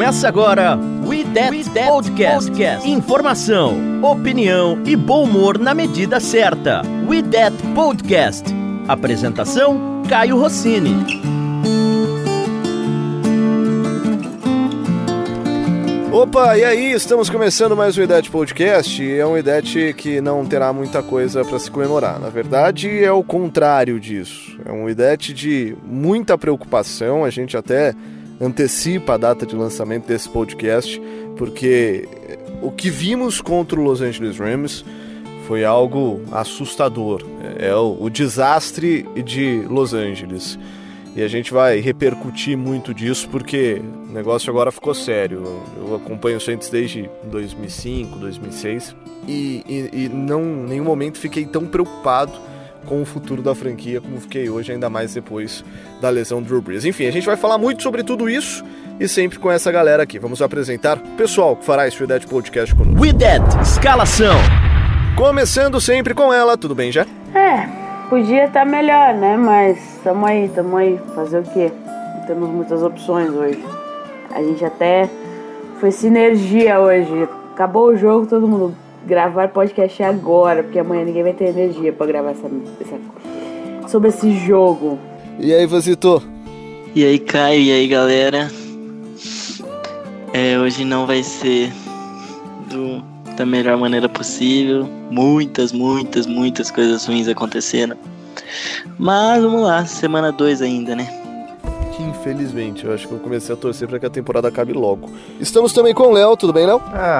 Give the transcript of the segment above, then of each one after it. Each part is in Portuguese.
Começa agora We That Podcast. Informação, opinião e bom humor na medida certa. We That Podcast. Apresentação, Caio Rossini. Opa, e aí? Estamos começando mais um IDET Podcast. É um IDET que não terá muita coisa para se comemorar. Na verdade, é o contrário disso. É um IDET de muita preocupação. A gente até antecipa a data de lançamento desse podcast, porque o que vimos contra o Los Angeles Rams foi algo assustador. É o desastre de Los Angeles. E a gente vai repercutir muito disso porque o negócio agora ficou sério. Eu acompanho o Saints desde 2005, 2006 e não, em nenhum momento fiquei tão preocupado com o futuro da franquia como fiquei hoje, ainda mais depois da lesão do Drew Brees. Enfim, a gente vai falar muito sobre tudo isso e sempre com essa galera aqui. Vamos apresentar o pessoal que fará esse We That Podcast conosco. We That Escalação. Começando sempre com ela, tudo bem já? Podia estar melhor, né? Mas tamo aí. Fazer o quê? Não temos muitas opções hoje. A gente até foi sinergia hoje. Acabou o jogo, todo mundo gravar podcast agora, porque amanhã ninguém vai ter energia pra gravar sobre esse jogo. E aí, Vasito? E aí, Caio? E aí, galera? Hoje não vai ser da melhor maneira possível. Muitas coisas ruins aconteceram. Mas vamos lá, semana 2 ainda, né? Infelizmente, eu acho que eu comecei a torcer para que a temporada acabe logo. Estamos também com o Léo, tudo bem, Léo?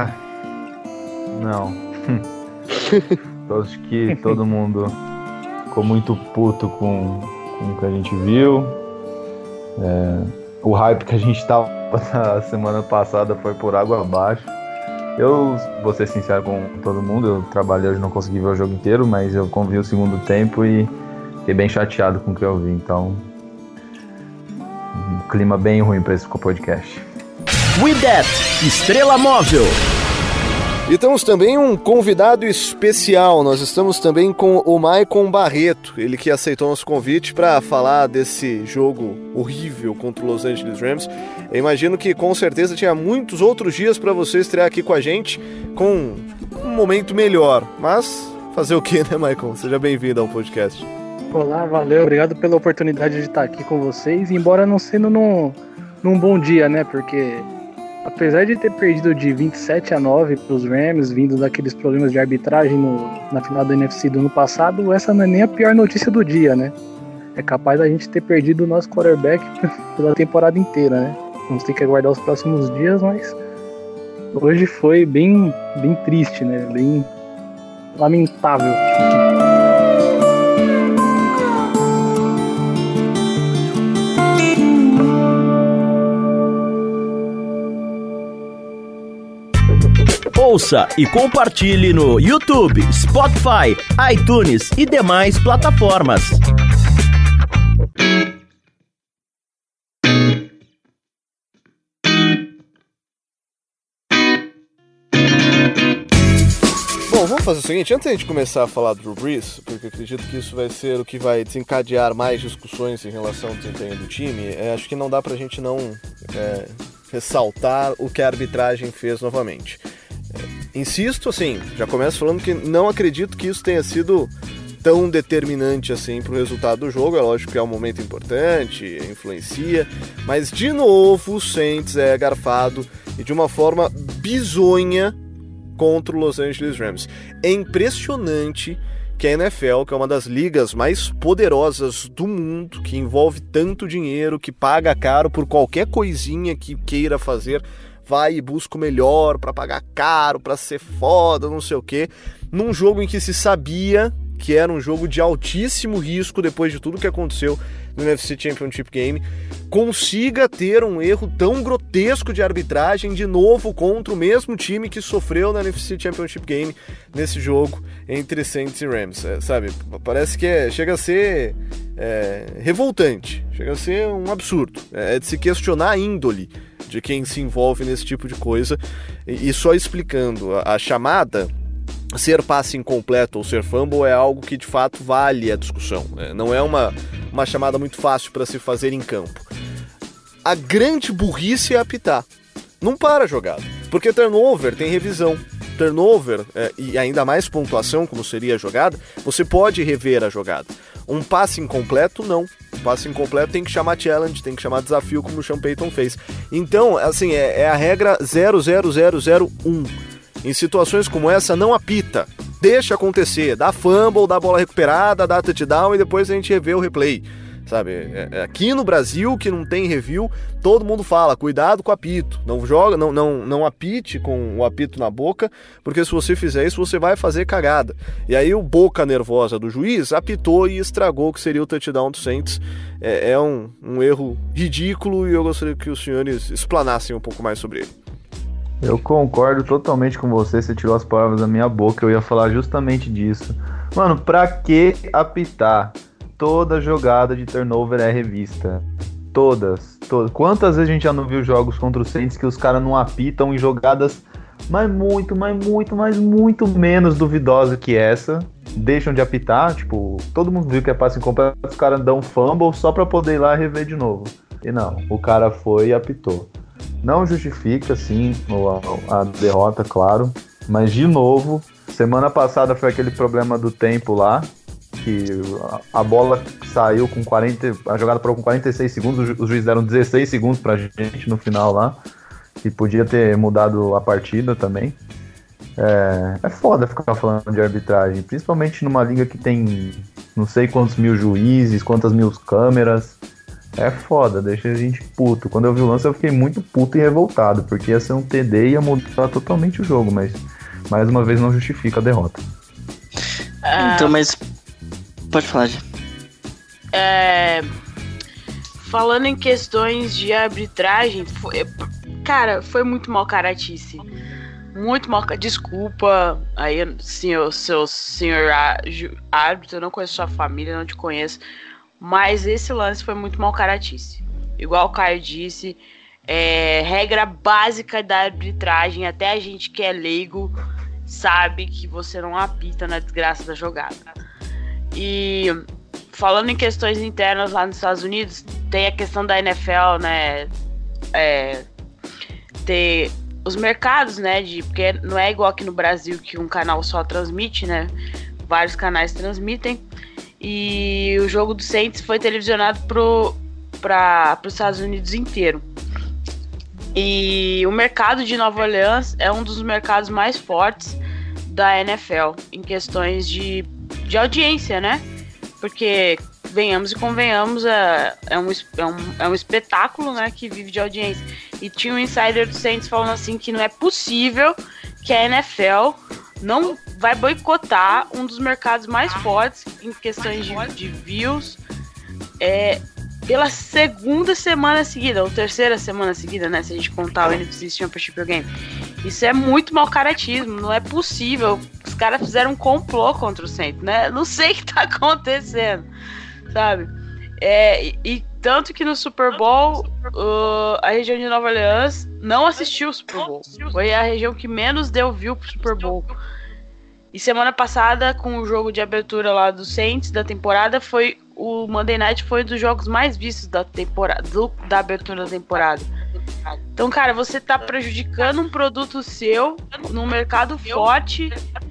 Não. Acho que todo mundo ficou muito puto com o que a gente viu. O hype que a gente tava na semana passada foi por água abaixo. Eu vou ser sincero com todo mundo, eu trabalhei hoje, não consegui ver o jogo inteiro, mas eu convi o segundo tempo e fiquei bem chateado com o que eu vi, então um clima bem ruim para esse podcast. We That Estrela Móvel. E temos também um convidado especial, nós estamos também com o Maicon Barreto, ele que aceitou nosso convite para falar desse jogo horrível contra o Los Angeles Rams. Eu imagino que com certeza tinha muitos outros dias para você estrear aqui com a gente com um momento melhor, mas fazer o que, né, Maicon? Seja bem-vindo ao podcast. Olá, valeu, obrigado pela oportunidade de estar aqui com vocês, embora não sendo num bom dia, né, porque apesar de ter perdido de 27-9 para os Rams, vindo daqueles problemas de arbitragem na final da NFC do ano passado, essa não é nem a pior notícia do dia, né? É capaz da gente ter perdido o nosso quarterback pela temporada inteira, né? Vamos ter que aguardar os próximos dias, mas hoje foi bem triste, né? Bem lamentável. Ouça e compartilhe no YouTube, Spotify, iTunes e demais plataformas. Bom, vamos fazer o seguinte, antes de a gente começar a falar do Drew Brees, porque eu acredito que isso vai ser o que vai desencadear mais discussões em relação ao desempenho do time, acho que não dá pra gente não ressaltar o que a arbitragem fez novamente. Insisto, assim, já começo falando que não acredito que isso tenha sido tão determinante assim para o resultado do jogo. É lógico que é um momento importante, influencia, mas de novo o Saints é garfado e de uma forma bizonha contra o Los Angeles Rams. É impressionante que a NFL, que é uma das ligas mais poderosas do mundo, que envolve tanto dinheiro, que paga caro por qualquer coisinha que queira fazer, vai e busca o melhor para pagar caro, para ser foda, não sei o quê, num jogo em que se sabia que era um jogo de altíssimo risco depois de tudo que aconteceu no NFC Championship Game, consiga ter um erro tão grotesco de arbitragem de novo contra o mesmo time que sofreu na NFC Championship Game nesse jogo entre Saints e Rams, sabe? Parece que chega a ser revoltante, chega a ser um absurdo, é de se questionar a índole de quem se envolve nesse tipo de coisa. E só explicando, a chamada ser passe incompleto ou ser fumble é algo que de fato vale a discussão, não é uma chamada muito fácil para se fazer em campo. A grande burrice é apitar. não para a jogada. Porque turnover tem revisão. Turnover, e ainda mais pontuação, como seria a jogada, você pode rever a jogada. Um passe incompleto, não. Um passe incompleto tem que chamar challenge, tem que chamar desafio, como o Sean Payton fez. Então, assim, é a regra 00001. Em situações como essa, não apita. Deixa acontecer. Dá fumble, dá bola recuperada, dá touchdown e depois a gente revê o replay. Sabe, aqui no Brasil, que não tem review, todo mundo fala, cuidado com o apito, não apite com o apito na boca, porque se você fizer isso, você vai fazer cagada. E aí o boca nervosa do juiz apitou e estragou o que seria o touchdown do Saints. É um erro ridículo e eu gostaria que os senhores explanassem um pouco mais sobre ele. Eu concordo totalmente com você tirou as palavras da minha boca, eu ia falar justamente disso. Mano, pra que apitar? Toda jogada de turnover é revista. Todas. Quantas vezes a gente já não viu jogos contra o Saints que os caras não apitam em jogadas mas muito menos duvidosas que essa? Deixam de apitar, tipo, todo mundo viu que é passe incompleto, os caras dão fumble só pra poder ir lá rever de novo. E não, o cara foi e apitou. Não justifica, sim, a derrota, claro. Mas, de novo, semana passada foi aquele problema do tempo lá, que a bola saiu com 40, a jogada parou com 46 segundos, os juízes deram 16 segundos pra gente no final lá, que podia ter mudado a partida também. É foda ficar falando de arbitragem, principalmente numa liga que tem não sei quantos mil juízes, quantas mil câmeras. É foda, deixa a gente puto. Quando eu vi o lance eu fiquei muito puto e revoltado, porque ia ser um TD e ia mudar totalmente o jogo, mas mais uma vez não justifica a derrota. Então, mas pode falar, Gê. Falando em questões de arbitragem, cara, foi muito mal caratice. Muito mal. Desculpa aí, senhor árbitro, eu não conheço sua família, não te conheço. Mas esse lance foi muito mal caratice. Igual o Caio disse, regra básica da arbitragem, até a gente que é leigo sabe que você não apita na desgraça da jogada. E falando em questões internas lá nos Estados Unidos, tem a questão da NFL, né? Ter os mercados, né? Porque não é igual aqui no Brasil que um canal só transmite, né? Vários canais transmitem. E o jogo do Saints foi televisionado para os Estados Unidos inteiro. E o mercado de Nova Orleans é um dos mercados mais fortes da NFL em questões de audiência, né? Porque, venhamos e convenhamos, é um espetáculo, né, que vive de audiência. E tinha um insider do Saints falando assim que não é possível que a NFL não vai boicotar um dos mercados mais fortes em questões de views pela segunda semana seguida, ou terceira semana seguida, né? Se a gente contar o NFC Championship Game. Isso é muito mau caratismo, não é possível. Os caras fizeram um complô contra o Saints, né? Não sei o que tá acontecendo, sabe? E tanto que no Super Bowl, a região de Nova Orleans não assistiu o Super Bowl. Foi a região que menos deu view pro Super Bowl. E semana passada, com o jogo de abertura lá do Saints da temporada, o Monday Night foi um dos jogos mais vistos da temporada, da abertura da temporada. Então, cara, você tá prejudicando um produto seu num mercado forte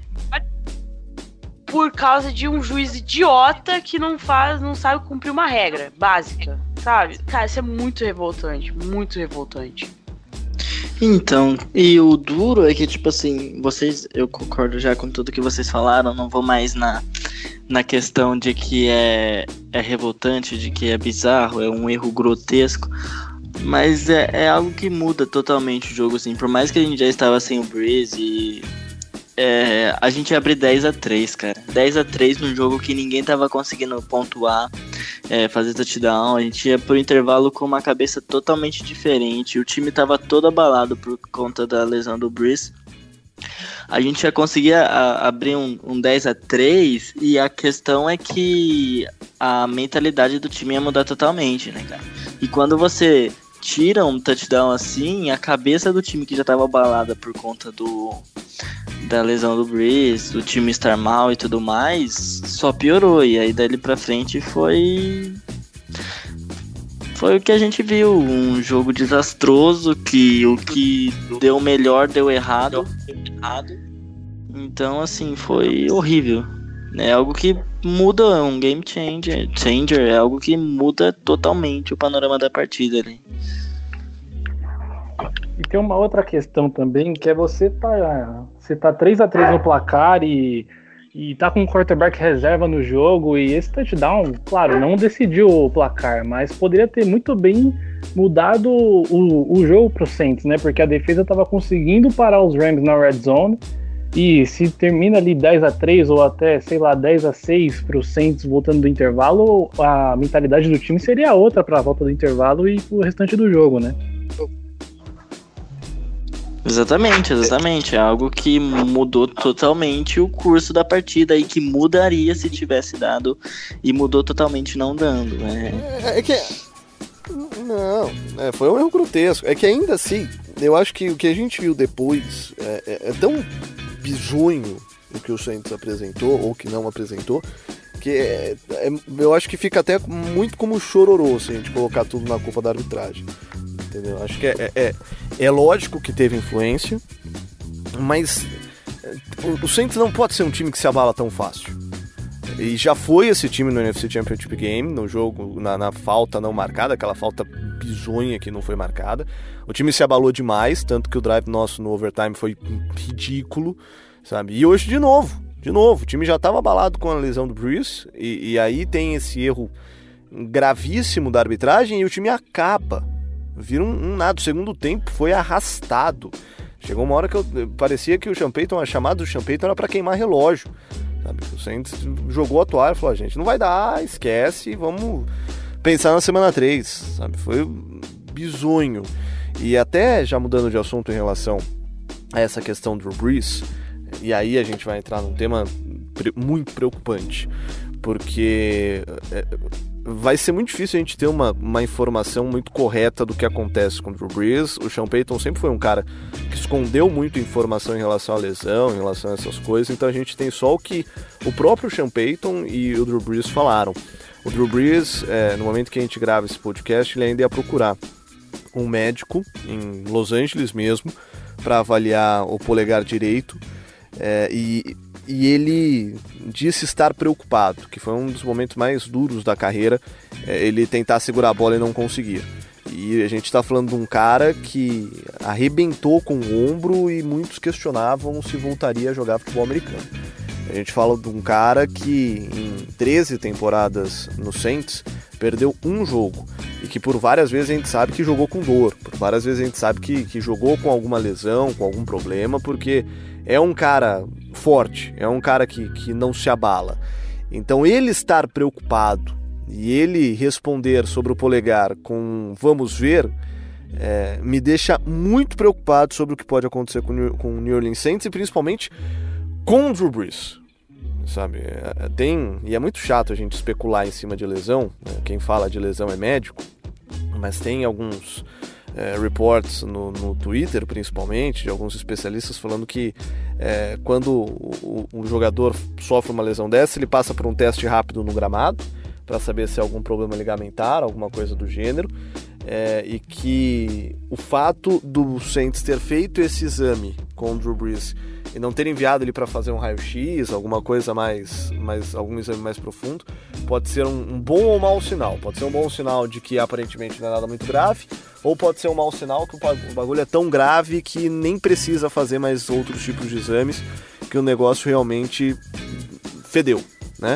por causa de um juiz idiota que não sabe cumprir uma regra básica, sabe? Cara, isso é muito revoltante, muito revoltante. Então, e o duro é que, tipo assim, eu concordo já com tudo que vocês falaram, não vou mais na questão de que é revoltante, de que é bizarro, é um erro grotesco, mas é algo que muda totalmente o jogo, assim, por mais que a gente já estava sem o Breeze, a gente abre 10-3, cara, 10-3 num jogo que ninguém tava conseguindo pontuar, fazer touchdown, a gente ia pro intervalo com uma cabeça totalmente diferente, o time tava todo abalado por conta da lesão do Breeze. A gente já conseguia abrir um 10-3 e a questão é que a mentalidade do time ia mudar totalmente, né, cara? E quando você tira um touchdown assim, a cabeça do time que já tava abalada por conta da lesão do Breeze, do time estar mal e tudo mais, só piorou. E aí dali pra frente foi Foi o que a gente viu, um jogo desastroso, que o que deu melhor deu errado. Então, assim, foi horrível. É algo que muda, um game changer, é algo que muda totalmente o panorama da partida ali. E tem uma outra questão também, que é você tá 3-3 no placar e tá com um quarterback reserva no jogo, e esse touchdown, claro, não decidiu o placar, mas poderia ter muito bem mudado o jogo pro Saints, né? Porque a defesa tava conseguindo parar os Rams na red zone, e se termina ali 10-3 ou até, sei lá, 10-6 pro Saints voltando do intervalo, a mentalidade do time seria outra pra volta do intervalo e pro restante do jogo, né? Exatamente. É algo que mudou totalmente o curso da partida e que mudaria se tivesse dado, e mudou totalmente não dando. Foi um erro grotesco. É que ainda assim, eu acho que o que a gente viu depois é tão bizonho o que o Saints apresentou, ou que não apresentou, que eu acho que fica até muito como chororô se a gente colocar tudo na culpa da arbitragem. Entendeu? Acho que é lógico que teve influência, mas o Saints não pode ser um time que se abala tão fácil. E já foi esse time no NFC Championship Game, no jogo, na falta não marcada, aquela falta bizonha que não foi marcada. O time se abalou demais, tanto que o drive nosso no overtime foi ridículo, sabe? E hoje, de novo, o time já estava abalado com a lesão do Brees, e aí tem esse erro gravíssimo da arbitragem, e o time acaba. Vira um nada. O segundo tempo foi arrastado. Chegou uma hora que parecia que o Sean Payton, a chamada do Sean Payton era para queimar relógio, sabe? O Saints jogou a toalha e falou: gente, não vai dar, esquece, vamos pensar na semana 3, sabe? Foi bizonho. E até já mudando de assunto em relação a essa questão do Drew Brees, e aí a gente vai entrar num tema muito preocupante, porque vai ser muito difícil a gente ter uma informação muito correta do que acontece com o Drew Brees. O Sean Payton sempre foi um cara que escondeu muito informação em relação à lesão, em relação a essas coisas, então a gente tem só o que o próprio Sean Payton e o Drew Brees falaram. O Drew Brees, no momento que a gente grava esse podcast, ele ainda ia procurar um médico em Los Angeles mesmo para avaliar o polegar direito, e ele disse estar preocupado, que foi um dos momentos mais duros da carreira, ele tentar segurar a bola e não conseguir. E a gente está falando de um cara que arrebentou com o ombro e muitos questionavam se voltaria a jogar futebol americano. A gente fala de um cara que em 13 temporadas no Saints perdeu um jogo, e que por várias vezes a gente sabe que jogou com dor, por várias vezes a gente sabe que jogou com alguma lesão, com algum problema, porque é um cara forte, é um cara que não se abala. Então ele estar preocupado e ele responder sobre o polegar com "vamos ver", me deixa muito preocupado sobre o que pode acontecer com o New Orleans Saints, e principalmente com o Drew Brees, sabe? E é muito chato a gente especular em cima de lesão, né? Quem fala de lesão é médico, mas tem alguns reports no Twitter, principalmente, de alguns especialistas falando que quando o jogador sofre uma lesão dessa, ele passa por um teste rápido no gramado para saber se há algum problema ligamentar, alguma coisa do gênero, e que o fato do Saints ter feito esse exame com o Drew Brees e não ter enviado ele para fazer um raio-x, alguma coisa algum exame mais profundo, pode ser um bom ou mau sinal. Pode ser um bom sinal de que aparentemente não é nada muito grave, ou pode ser um mau sinal que o bagulho é tão grave que nem precisa fazer mais outros tipos de exames, que o negócio realmente fedeu, né?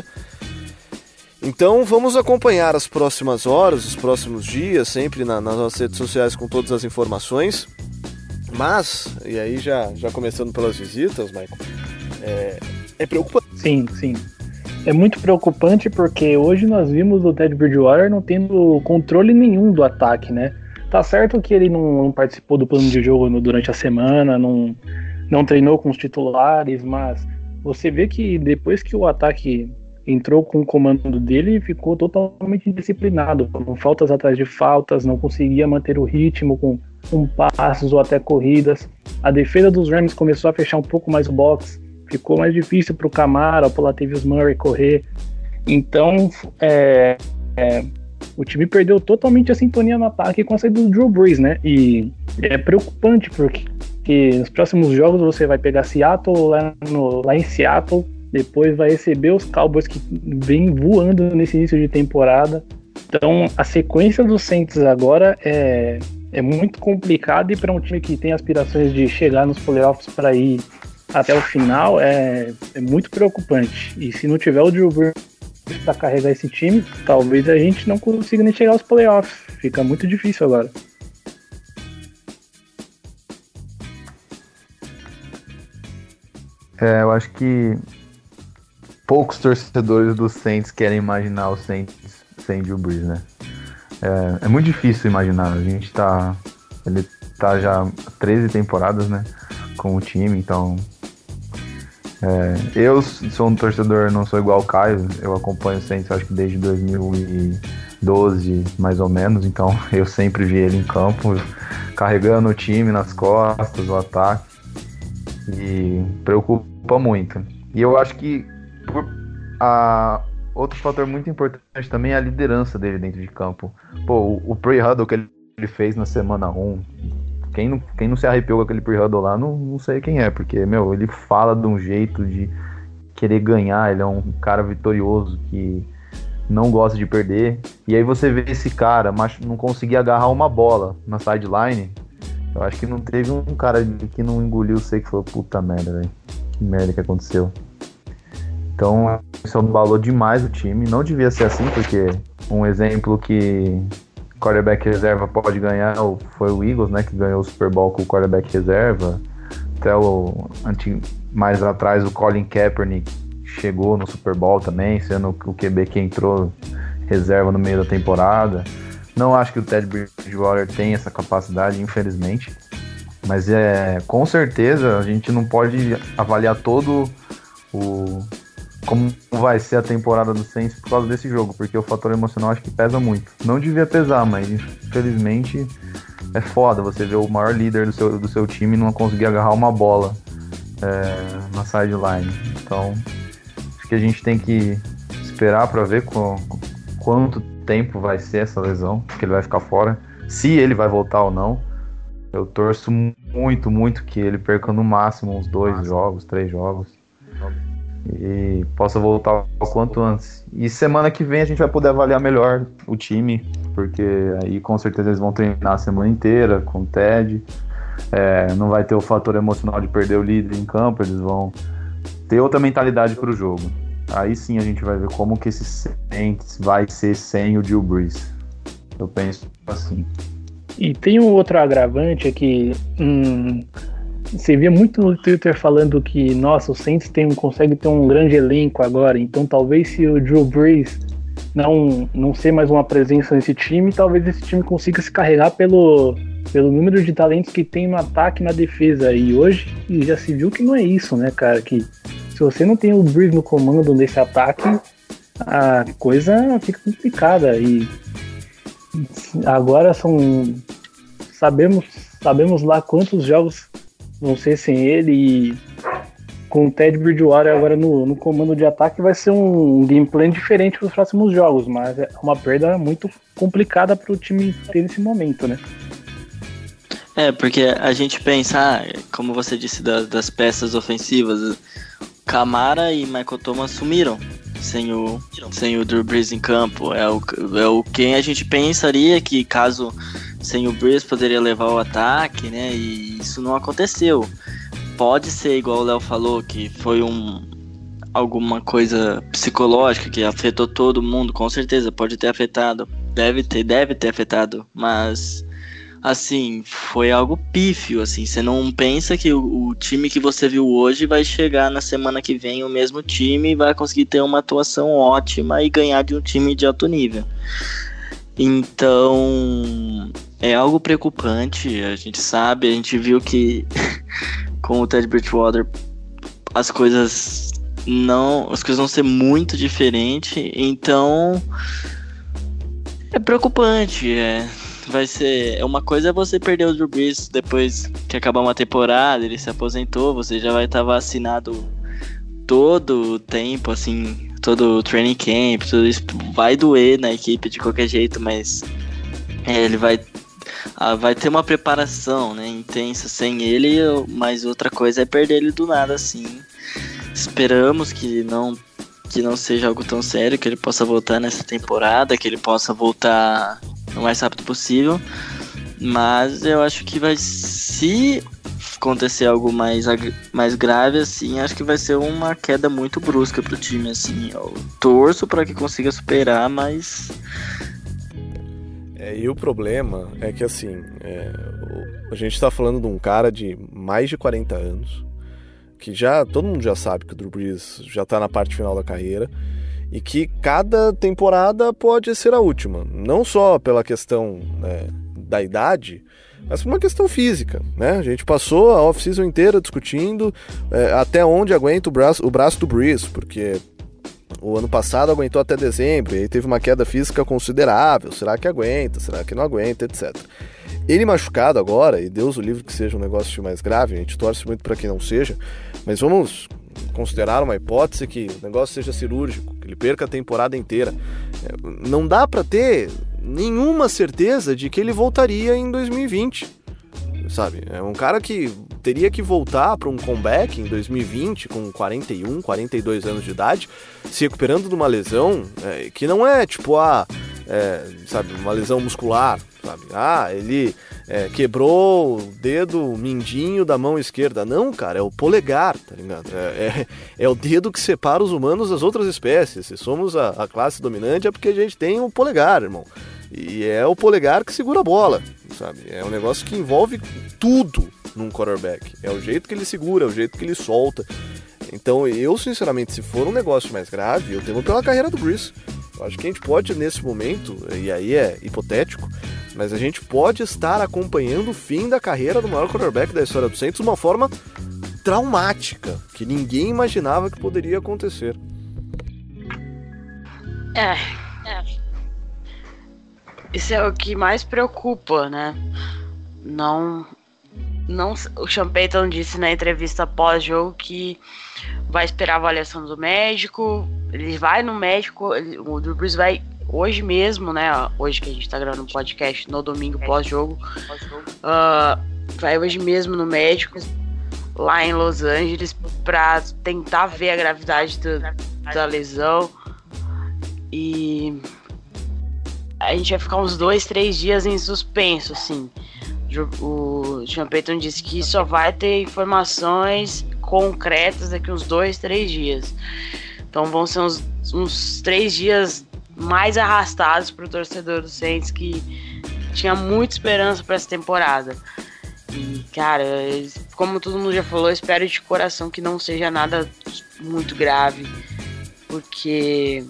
Então vamos acompanhar as próximas horas, os próximos dias, sempre nas nossas redes sociais com todas as informações. Mas, e aí já começando pelas visitas, Michael, é preocupante. Sim. É muito preocupante porque hoje nós vimos o Ted Bridgewater não tendo controle nenhum do ataque, né? Tá certo que ele não participou do plano de jogo durante a semana, não treinou com os titulares, mas você vê que depois que o ataque entrou com o comando dele, ficou totalmente indisciplinado, com faltas atrás de faltas, não conseguia manter o ritmo com passos ou até corridas. A defesa dos Rams começou a fechar um pouco mais o box, ficou mais difícil para o Kamara, para o Latavius Murray correr. Então o time perdeu totalmente a sintonia no ataque com a saída do Drew Brees, né? E é preocupante porque nos próximos jogos você vai pegar Seattle lá em Seattle, depois vai receber os Cowboys que vem voando nesse início de temporada. Então a sequência dos Saints agora é muito complicada, e para um time que tem aspirações de chegar nos playoffs para ir até o final é muito preocupante. E se não tiver o Drew Brees para carregar esse time, talvez a gente não consiga nem chegar aos playoffs. Fica muito difícil agora. Eu acho que poucos torcedores do Saints querem imaginar o Saints sem Drew Brees, né? É muito difícil imaginar. Ele tá já 13 temporadas, né, com o time, então eu sou um torcedor, não sou igual o Caio, eu acompanho o Saints acho que desde 2012 mais ou menos, então eu sempre vi ele em campo carregando o time nas costas, o ataque, e preocupa muito. E eu acho que outro fator muito importante também é a liderança dele dentro de campo. Pô, o pre-huddle que ele fez na semana 1, quem não se arrepiou com aquele pre-huddle lá, não sei quem é, porque, ele fala de um jeito de querer ganhar, ele é um cara vitorioso que não gosta de perder, e aí você vê esse cara, mas não conseguir agarrar uma bola na sideline. Eu acho que não teve um cara que não engoliu o seco e falou, puta merda, velho, que merda que aconteceu. Então isso abalou demais o time. Não devia ser assim, porque um exemplo que quarterback reserva pode ganhar foi o Eagles, né, que ganhou o Super Bowl com o quarterback reserva. Até mais atrás o Colin Kaepernick chegou no Super Bowl também, sendo o QB que entrou reserva no meio da temporada. Não acho que o Teddy Bridgewater tem essa capacidade, infelizmente, mas com certeza a gente não pode avaliar todo como vai ser a temporada do Saints por causa desse jogo, porque o fator emocional acho que pesa muito. Não devia pesar, mas infelizmente é foda você ver o maior líder do seu time não conseguir agarrar uma bola na sideline. Então acho que a gente tem que esperar para ver quanto tempo vai ser essa lesão, que ele vai ficar fora, se ele vai voltar ou não. Eu torço muito, muito que ele perca no máximo uns 2 jogos, 3 jogos e possa voltar o quanto antes. E semana que vem a gente vai poder avaliar melhor o time, porque aí com certeza eles vão treinar a semana inteira com o Ted. Não vai ter o fator emocional de perder o líder em campo, eles vão ter outra mentalidade para o jogo. Aí sim a gente vai ver como que esse Saints vai ser sem o Drew Brees. Eu penso assim. E tem um outro agravante aqui. Você via muito no Twitter falando que, nossa, o Saints consegue ter um grande elenco agora, então talvez se o Drew Brees não ser mais uma presença nesse time, talvez esse time consiga se carregar pelo número de talentos que tem no ataque e na defesa. E hoje já se viu que não é isso, né, cara? Que se você não tem o Brees no comando desse ataque, a coisa fica complicada. E agora sabemos lá quantos jogos vão ser sem ele, e com o Ted Bridgewater agora no comando de ataque vai ser um gameplay diferente para os próximos jogos, mas é uma perda muito complicada para o time ter nesse momento, né? Porque a gente pensa, como você disse, das peças ofensivas, Kamara e Michael Thomas sumiram sem o Drew Brees em campo. É o quem a gente pensaria que, caso sem o Brees, poderia levar o ataque, né? E isso não aconteceu. Pode ser, igual o Léo falou, que foi alguma coisa psicológica que afetou todo mundo, com certeza, pode ter afetado, deve ter afetado, mas assim, foi algo pífio, assim, você não pensa que o time que você viu hoje vai chegar na semana que vem o mesmo time e vai conseguir ter uma atuação ótima e ganhar de um time de alto nível. Então, é algo preocupante, a gente sabe, a gente viu que com o Ted Bridgewater as coisas vão ser muito diferentes, então é preocupante, vai ser, uma coisa é você perder o Drew Brees depois que acabar uma temporada, ele se aposentou, você já vai estar vacinado todo o tempo, assim, todo o training camp, tudo isso vai doer na equipe de qualquer jeito, mas ele vai ter uma preparação, né, intensa sem ele, mas outra coisa é perder ele do nada, assim. Esperamos que não seja algo tão sério, que ele possa voltar nessa temporada, que ele possa voltar o mais rápido possível, mas eu acho que se acontecer algo mais grave, assim, acho que vai ser uma queda muito brusca pro time, assim. Eu torço para que consiga superar, mas... E o problema é que, assim, a gente tá falando de um cara de mais de 40 anos, que todo mundo já sabe que o Drew Brees já tá na parte final da carreira, e que cada temporada pode ser a última, não só pela questão da idade, mas por uma questão física, né? A gente passou a off-season inteira discutindo até onde aguenta o braço do Brees, porque o ano passado aguentou até dezembro, e aí teve uma queda física considerável. Será que aguenta? Será que não aguenta? Etc. Ele machucado agora, e Deus o livre que seja um negócio mais grave, a gente torce muito para que não seja, mas vamos considerar uma hipótese que o negócio seja cirúrgico, que ele perca a temporada inteira. Não dá para ter nenhuma certeza de que ele voltaria em 2020, sabe? É um cara que teria que voltar para um comeback em 2020 com 41, 42 anos de idade, se recuperando de uma lesão que não é tipo sabe, uma lesão muscular, sabe? Ele quebrou o dedo mindinho da mão esquerda. Não, cara, é o polegar, tá ligado? É o dedo que separa os humanos das outras espécies. Se somos a classe dominante é porque a gente tem um polegar, irmão. E é o polegar que segura a bola, sabe? É um negócio que envolve tudo num quarterback. É o jeito que ele segura, é o jeito que ele solta. Então eu, sinceramente, se for um negócio mais grave, eu temo pela carreira do Brees. Eu acho que a gente pode, nesse momento, e aí é hipotético, mas a gente pode estar acompanhando o fim da carreira do maior quarterback da história do Saints de uma forma traumática, que ninguém imaginava que poderia acontecer. Isso é o que mais preocupa, né? Não, o Sean Payton disse na entrevista pós-jogo que vai esperar a avaliação do médico. Ele vai no médico, o Drew Brees vai hoje mesmo, né? Hoje que a gente tá gravando um podcast no domingo pós-jogo. Vai hoje mesmo no médico lá em Los Angeles pra tentar ver a gravidade da lesão. E a gente vai ficar uns 2-3 dias em suspenso, assim. O Sean Payton disse que só vai ter informações concretas daqui uns 2-3 dias. Então vão ser uns 3 dias mais arrastados para o torcedor do Saints, que tinha muita esperança para essa temporada. E, cara, como todo mundo já falou, eu espero de coração que não seja nada muito grave, porque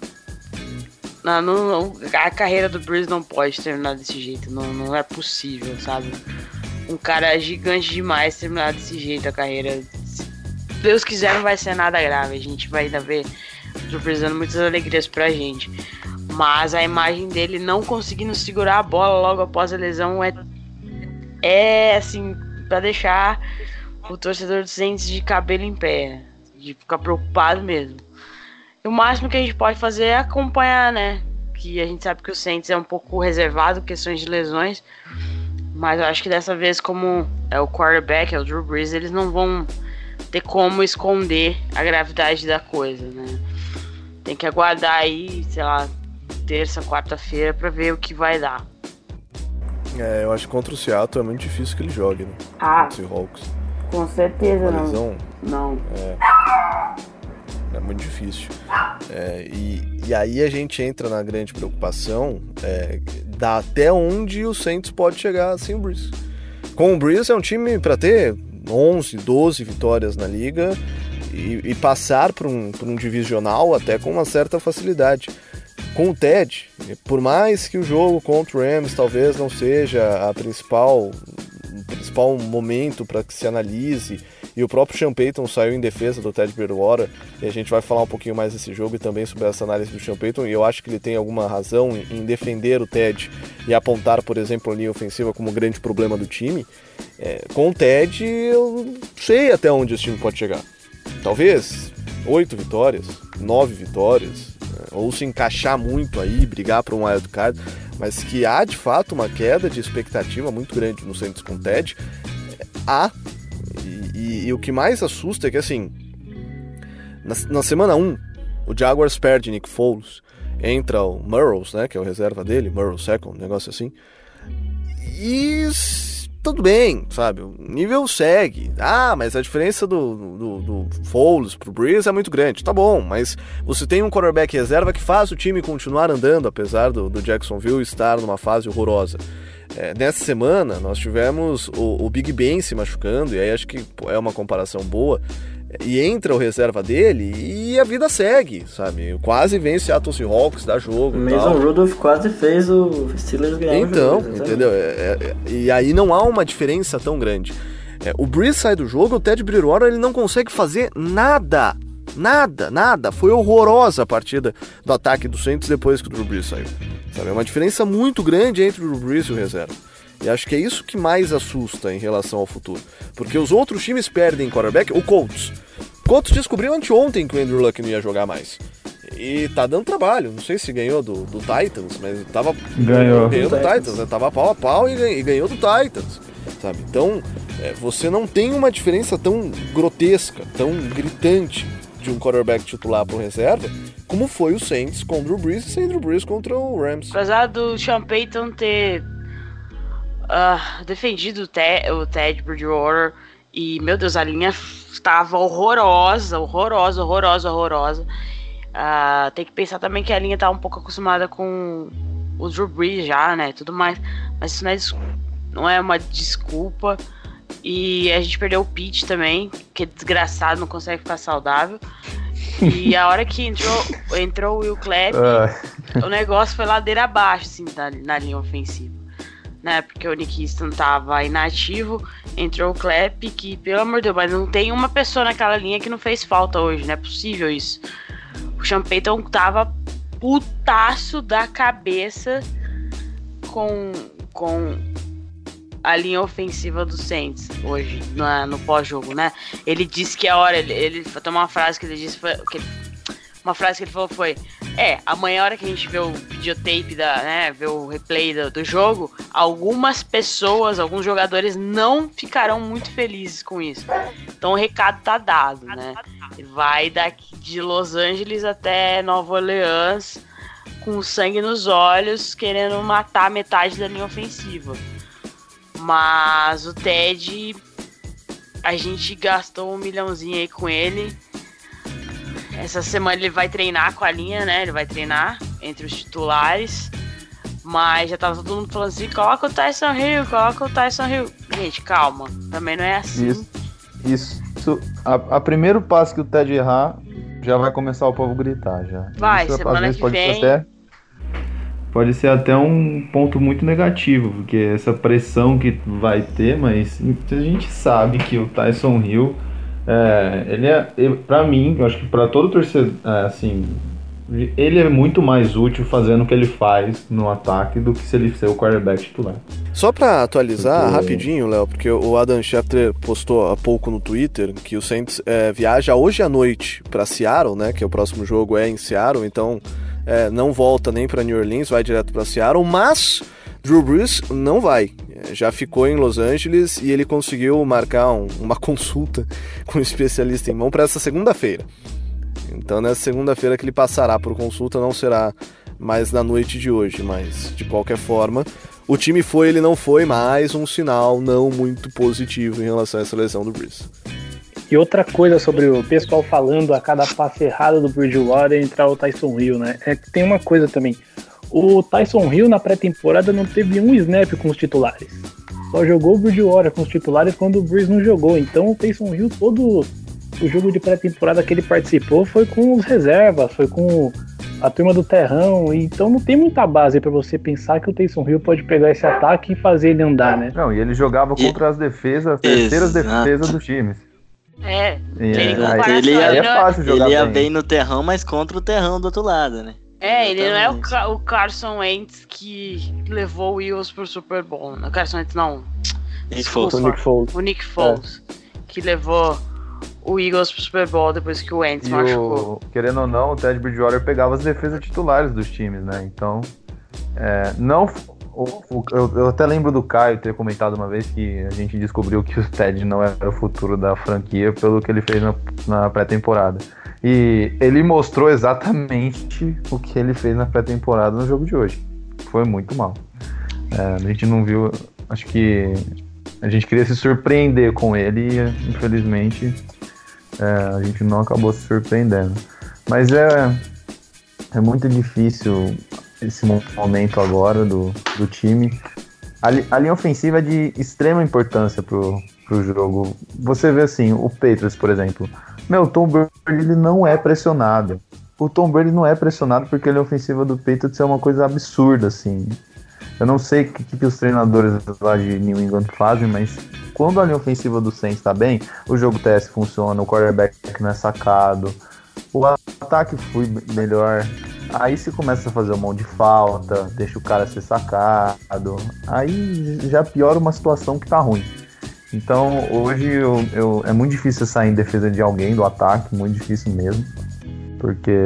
a carreira do Brees não pode terminar desse jeito, não é possível, sabe? Um cara gigante demais terminar desse jeito a carreira. Se Deus quiser, não vai ser nada grave, a gente vai ainda ver surpresando muitas alegrias pra gente. Mas a imagem dele não conseguindo segurar a bola logo após a lesão é assim, pra deixar o torcedor do Saints de cabelo em pé, de ficar preocupado mesmo. E o máximo que a gente pode fazer é acompanhar, né? Que a gente sabe que o Saints é um pouco reservado em questões de lesões, mas eu acho que dessa vez, como é o quarterback, é o Drew Brees, eles não vão ter como esconder a gravidade da coisa, né? Tem que aguardar aí, sei lá, terça, quarta-feira pra ver o que vai dar. Eu acho que contra o Seattle é muito difícil que ele jogue, né? Contra o Seahawks. Com certeza uma lesão, não. É muito difícil. E aí a gente entra na grande preocupação da até onde o Saints pode chegar sem o Brees. Com o Brees é um time para ter 11, 12 vitórias na liga e passar por um divisional até com uma certa facilidade. Com o Ted, por mais que o jogo contra o Rams talvez não seja o principal momento para que se analise, e o próprio Sean Payton saiu em defesa do Ted Bridgewater, e a gente vai falar um pouquinho mais desse jogo e também sobre essa análise do Sean Payton, e eu acho que ele tem alguma razão em defender o Ted e apontar, por exemplo, a linha ofensiva como grande problema do time. Com o Ted, eu sei até onde esse time pode chegar. Talvez 8 vitórias, 9 vitórias, ou se encaixar muito aí, brigar para um wild card, mas que há de fato uma queda de expectativa muito grande no Saints com o Ted, e o que mais assusta é que assim, na semana 1, o Jaguars perde Nick Foles, entra o Murrows, né, que é o reserva dele, Murrows second, um negócio assim, e tudo bem, sabe, o nível segue. Mas a diferença do Foles pro Brees é muito grande, tá bom, mas você tem um quarterback reserva que faz o time continuar andando, apesar do Jacksonville estar numa fase horrorosa. Nessa semana nós tivemos o Big Ben se machucando, e aí acho que é uma comparação boa, e entra o reserva dele e a vida segue, sabe? Quase vence a Seattle Seahawks, dá jogo. Mason Rudolph quase fez o Steelers ganhar então, o jogo. Entendeu? E aí não há uma diferença tão grande. O Brees sai do jogo, o Ted Bridgewater ele não consegue fazer nada. Nada. Foi horrorosa a partida do ataque do Saints depois que o Drew Brees saiu. Sabe? É uma diferença muito grande entre o Drew Brees e o reserva. E acho que é isso que mais assusta em relação ao futuro. Porque os outros times perdem quarterback. O Colts descobriu anteontem que o Andrew Luck não ia jogar mais. E tá dando trabalho. Não sei se ganhou do Titans, mas ganhou do Titans, né? Tava pau a pau e ganhou do Titans, sabe? Então, você não tem uma diferença tão grotesca, tão gritante de um quarterback titular para o reserva, como foi o Saints com o Drew Brees e sem Drew Brees contra o Rams. Apesar do Sean Payton ter defendido o Ted Bridgewater, e, meu Deus, a linha estava horrorosa. Tem que pensar também que a linha tá um pouco acostumada com o Drew Brees já, né, tudo mais, mas isso não é uma desculpa. E a gente perdeu o Pete também, que é desgraçado, não consegue ficar saudável. E a hora que entrou o Will Clapp, o negócio foi ladeira abaixo, assim, na linha ofensiva, né? Porque o Nick Easton tava inativo, entrou o Clapp, que, pelo amor de Deus, mas não tem uma pessoa naquela linha que não fez falta hoje, não é possível isso. O Sean Payton tava putaço da cabeça com a linha ofensiva do Saints hoje, no pós-jogo, né? Ele disse que a hora, ele tem uma frase que ele disse, uma frase que ele falou foi: amanhã, a hora que a gente vê o videotape, ver o replay do jogo, algumas pessoas, alguns jogadores não ficarão muito felizes com isso. Então o recado tá dado, né? Ele vai daqui de Los Angeles até Nova Orleans com sangue nos olhos, querendo matar metade da linha ofensiva. Mas o Ted, a gente gastou $1 milhãozinho aí com ele. Essa semana ele vai treinar com a linha, né? Ele vai treinar entre os titulares. Mas já tava todo mundo falando assim: coloca o Tyson Hill. Gente, calma. Também não é assim. Isso. A primeiro passo que o Ted errar, já vai começar o povo gritar. Já. Vai, isso, semana que vem. Pode ser até um ponto muito negativo, porque essa pressão que vai ter, mas a gente sabe que o Tyson Hill, pra mim, eu acho que pra todo torcedor, assim, ele é muito mais útil fazendo o que ele faz no ataque do que se ele ser o quarterback titular. Só pra atualizar rapidinho, Léo, porque o Adam Schefter postou há pouco no Twitter que o Saints viaja hoje à noite pra Seattle, né, que o próximo jogo é em Seattle, então não volta nem para New Orleans, vai direto para Seattle, mas Drew Brees não vai. Já ficou em Los Angeles e ele conseguiu marcar uma consulta com um especialista em mão para essa segunda-feira. Então nessa segunda-feira que ele passará por consulta, não será mais na noite de hoje, mas de qualquer forma, o time foi, ele não foi, mais um sinal não muito positivo em relação a essa lesão do Brees. E outra coisa sobre o pessoal falando a cada passe errado do Bridgewater entrar o Tyson Hill, né? É que tem uma coisa também. O Tyson Hill na pré-temporada não teve um snap com os titulares. Só jogou o Bridgewater com os titulares quando o Brees não jogou. Então o Tyson Hill, todo o jogo de pré-temporada que ele participou foi com os reservas, foi com a turma do terrão. Então não tem muita base para você pensar que o Tyson Hill pode pegar esse ataque e fazer ele andar, né? Não, e ele jogava contra as terceiras defesas dos times. Ele ia bem no terrão, mas contra o terrão do outro lado, né? Ele não é o Carson Wentz que levou o Eagles pro Super Bowl. Não, Carson Wentz não. O Nick Foles. O Nick Foles que levou o Eagles pro Super Bowl depois que o Wentz machucou. Querendo ou não, o Ted Bridgewater pegava as defesas titulares dos times, né? Então, não... Eu até lembro do Caio ter comentado uma vez que a gente descobriu que o Ted não era o futuro da franquia pelo que ele fez na pré-temporada. E ele mostrou exatamente o que ele fez na pré-temporada no jogo de hoje. Foi muito mal. A gente não viu... Acho que a gente queria se surpreender com ele e, infelizmente, a gente não acabou se surpreendendo. Mas é muito difícil esse momento agora do time. A linha ofensiva é de extrema importância pro jogo. Você vê assim, o Patriots, por exemplo. O Tom Brady ele não é pressionado. O Tom Brady não é pressionado porque a linha ofensiva do Patriots é uma coisa absurda, assim. Eu não sei o que os treinadores lá de New England fazem, mas quando a linha ofensiva do Saints está bem, o jogo TS funciona, o quarterback não é sacado, o ataque flui melhor. Aí você começa a fazer um monte de falta, deixa o cara ser sacado, aí já piora uma situação que tá ruim. Então hoje é muito difícil sair em defesa de alguém do ataque, muito difícil mesmo, porque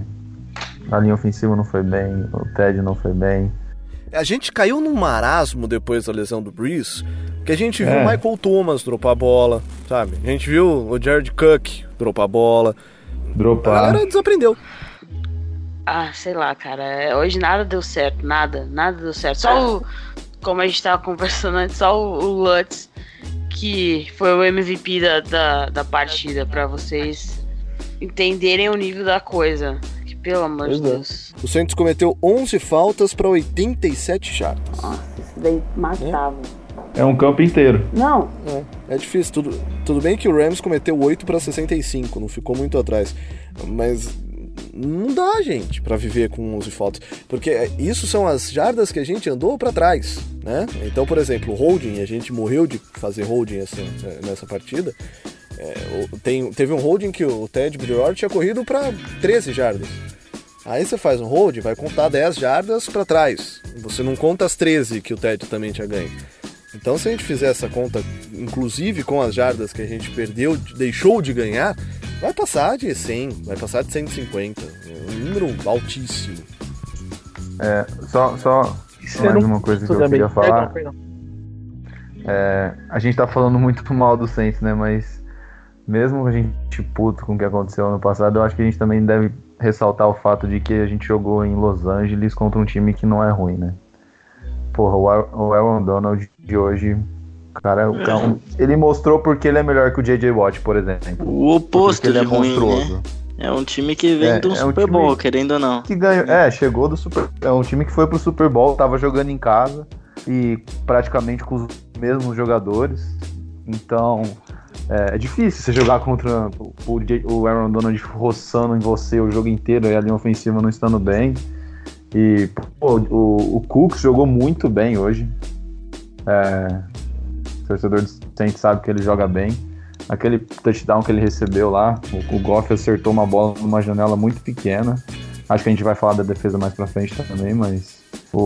a linha ofensiva não foi bem, o Ted não foi bem. A gente caiu num marasmo depois da lesão do Brees, que a gente viu o Michael Thomas dropar a bola, sabe? A gente viu o Jared Cook dropar a bola. A galera desaprendeu. Sei lá, cara. Hoje nada deu certo, nada deu certo. Só como a gente tava conversando antes, só o Lutz, que foi o MVP da partida, pra vocês entenderem o nível da coisa. Que, pelo amor de Deus. O Saints cometeu 11 faltas pra 87 jardas. Nossa, isso daí matava. É um campo inteiro. Não. É difícil. Tudo bem que o Rams cometeu 8 pra 65, não ficou muito atrás. Mas não dá, gente, pra viver com 11 faltas. Porque isso são as jardas que a gente andou pra trás, né? Então, por exemplo, o holding, a gente morreu de fazer holding nessa partida. Teve um holding que o Ted Bridgewater tinha corrido pra 13 jardas. Aí você faz um holding, vai contar 10 jardas pra trás. Você não conta as 13 que o Ted também tinha ganho. Então, se a gente fizer essa conta, inclusive com as jardas que a gente perdeu, deixou de ganhar, vai passar de 100, vai passar de 150. É um número altíssimo. Só mais uma coisa que eu queria falar. Perdão. A gente tá falando muito mal do Saints, né? Mas mesmo a gente puto com o que aconteceu ano passado, eu acho que a gente também deve ressaltar o fato de que a gente jogou em Los Angeles contra um time que não é ruim, né? Porra, o Aaron Donald de hoje, cara, ele mostrou porque ele é melhor que o J.J. Watt, por exemplo. O oposto de ele é ruim, monstruoso. Né? É um time que vem do Super Bowl, querendo ou não. Que ganhou, chegou do Super. É um time que foi pro Super Bowl, tava jogando em casa e praticamente com os mesmos jogadores. Então, é difícil você jogar contra o Aaron Donald roçando em você o jogo inteiro e a linha ofensiva não estando bem. E o Cooks jogou muito bem hoje. O torcedor do Saints sabe que ele joga bem. Aquele touchdown que ele recebeu lá, o Goff acertou uma bola numa janela muito pequena. Acho que a gente vai falar da defesa mais pra frente também, mas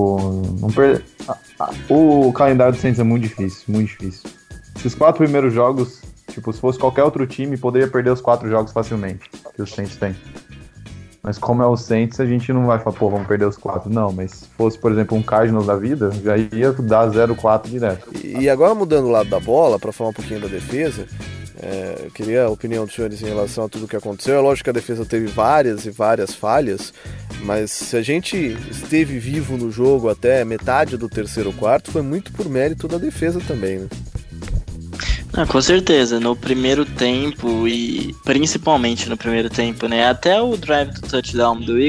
o calendário do Saints é muito difícil, muito difícil. Esses 4 primeiros jogos, se fosse qualquer outro time, poderia perder os 4 jogos facilmente que o Saints tem. Mas como é o Saints, a gente não vai falar, vamos perder os 4. Não, mas se fosse, por exemplo, um Cardinals da vida, já ia dar 0-4 direto. E agora mudando o lado da bola, para falar um pouquinho da defesa, eu queria a opinião dos senhores em relação a tudo o que aconteceu. É lógico que a defesa teve várias e várias falhas, mas se a gente esteve vivo no jogo até metade do terceiro quarto, foi muito por mérito da defesa também, né? Com certeza, no primeiro tempo e principalmente no primeiro tempo, né? Até o drive do touchdown do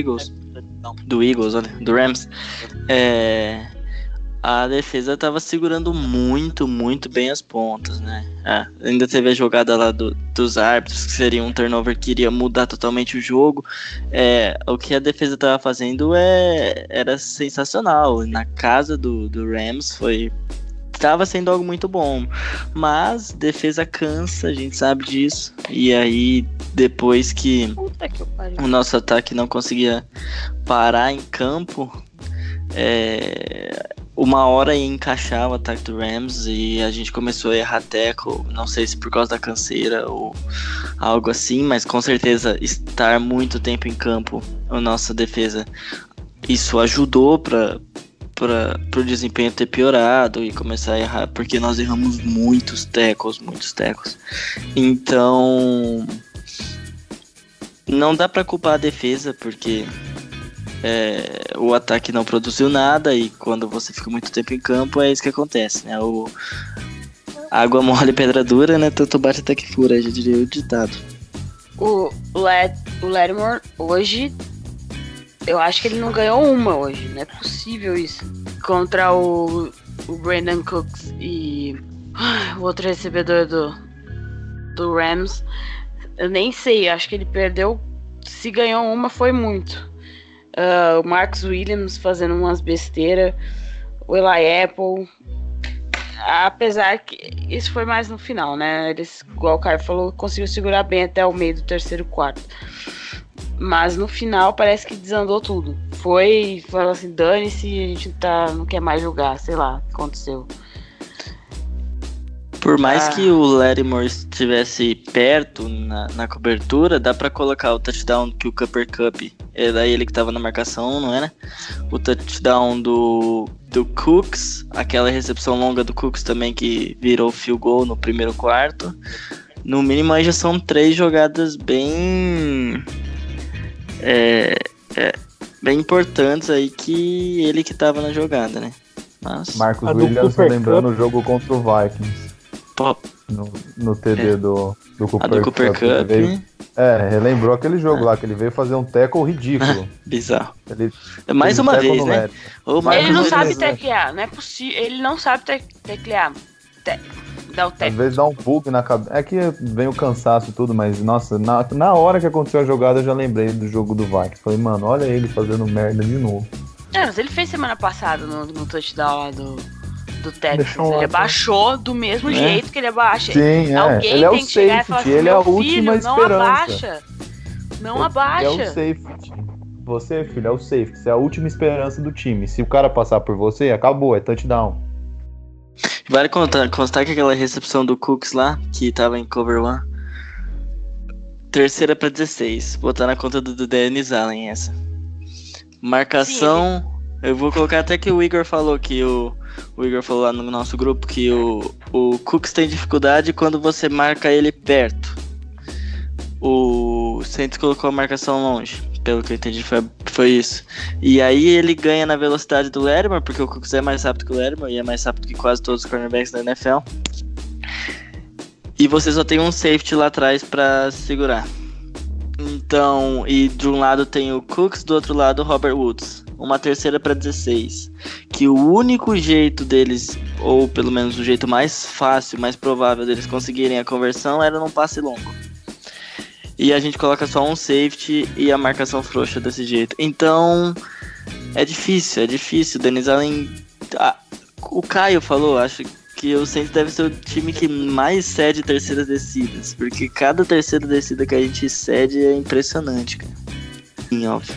Rams, a defesa tava segurando muito, muito bem as pontas, né? Ainda teve a jogada lá dos árbitros, que seria um turnover que iria mudar totalmente o jogo. O que a defesa tava fazendo era sensacional. Na casa do Rams estava sendo algo muito bom, mas defesa cansa, a gente sabe disso, e aí depois que o nosso ataque não conseguia parar em campo, uma hora ia encaixar o ataque do Rams e a gente começou a errar tackle, não sei se por causa da canseira ou algo assim, mas com certeza estar muito tempo em campo, a nossa defesa, isso ajudou para o desempenho ter piorado e começar a errar, porque nós erramos muitos tackles. Então, não dá para culpar a defesa, porque o ataque não produziu nada e quando você fica muito tempo em campo é isso que acontece, né? Água mole, pedra dura, né? Tanto bate até que fura, já diria o ditado. O Lattimore hoje, eu acho que ele não ganhou uma hoje, não é possível isso. Contra o Brandon Cooks e o outro recebedor do Rams, eu nem sei, acho que ele perdeu, se ganhou uma foi muito. O Marcus Williams fazendo umas besteiras, o Eli Apple, apesar que isso foi mais no final, né? Eles, igual o Caio falou, conseguiu segurar bem até o meio do terceiro quarto. Mas no final parece que desandou tudo. Falou assim, dane-se, a gente não quer mais jogar, sei lá, o que aconteceu. Por mais que o Lattimore estivesse perto na cobertura, dá pra colocar o touchdown que o Cooper Kupp, era ele que tava na marcação, não era? O touchdown do Cooks, aquela recepção longa do Cooks também que virou field goal no primeiro quarto. No mínimo aí já são 3 jogadas bem importantes aí que ele que tava na jogada, né? Mas Marcus Williams lembrando o jogo contra o Vikings. No TD do Cooper, a do Cooper Kupp. Relembrou aquele jogo lá, que ele veio fazer um tackle ridículo. Bizarro. Mais uma vez, né? Ele não sabe teclear, não é possível. Ele não sabe teclear. Dá o tackle. Às vezes dá um bug na cabeça. É que vem o cansaço e tudo, mas nossa, na hora que aconteceu a jogada eu já lembrei do jogo do Vikings. Falei, mano, olha ele fazendo merda de novo. Mas ele fez semana passada no touchdown lá do Texas. Ele abaixou do mesmo jeito que ele abaixa. Sim, alguém ele tem que chegar e falar assim, ele é a última filho, esperança. Não abaixa. É o safety. Você, filho, é o safety. Você é a última esperança do time. Se o cara passar por você, acabou, é touchdown. Vale constar que aquela recepção do Cooks lá, que tava em cover 1, 3ª pra 16. Botar na conta do Dennis Allen essa. Marcação... Sim. Eu vou colocar até que o Igor falou que o Igor falou lá no nosso grupo que o Cooks tem dificuldade quando você marca ele perto. O Saints colocou a marcação longe, pelo que eu entendi foi isso. E aí ele ganha na velocidade do Lattimore, porque o Cooks é mais rápido que o Lattimore e é mais rápido que quase todos os cornerbacks da NFL. E você só tem um safety lá atrás pra segurar. Então, e de um lado tem o Cooks, do outro lado o Robert Woods. Uma 3ª pra 16. Que o único jeito deles, ou pelo menos o jeito mais fácil, mais provável deles conseguirem a conversão era num passe longo. E a gente coloca só um safety e a marcação frouxa desse jeito. Então, é difícil. O Dennis Allen... o Caio falou, acho que o Saints deve ser o time que mais cede terceiras descidas. Porque cada terceira descida que a gente cede é impressionante, cara. Sim, óbvio.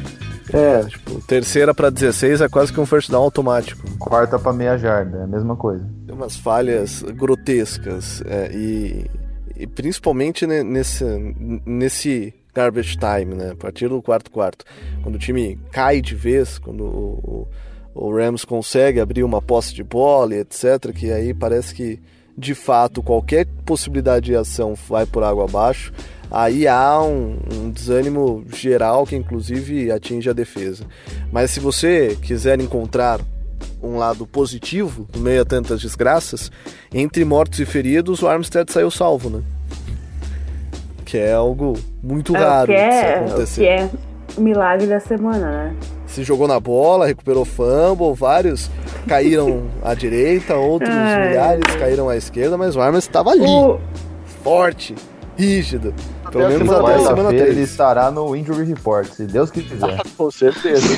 3ª pra 16 é quase que um first down automático. 4ª pra meia jarda, é a mesma coisa. Tem umas falhas grotescas e principalmente nesse garbage time, né? A partir do quarto, quando o time cai de vez, quando o Rams consegue abrir uma posse de bola e etc, que aí parece que de fato qualquer possibilidade de ação vai por água abaixo. Aí há um desânimo geral que inclusive atinge a defesa. Mas se você quiser encontrar um lado positivo no meio a tantas desgraças, entre mortos e feridos o Armstead saiu salvo, né? Que é algo muito raro de acontecer. Que é o milagre da semana, né? Se jogou na bola, recuperou fumble, vários caíram à direita, outros milhares caíram à esquerda, mas o Armstead estava ali, forte, rígido. Pelo menos até a semana 3. Ele estará no Injury Report, se Deus quiser. Com certeza.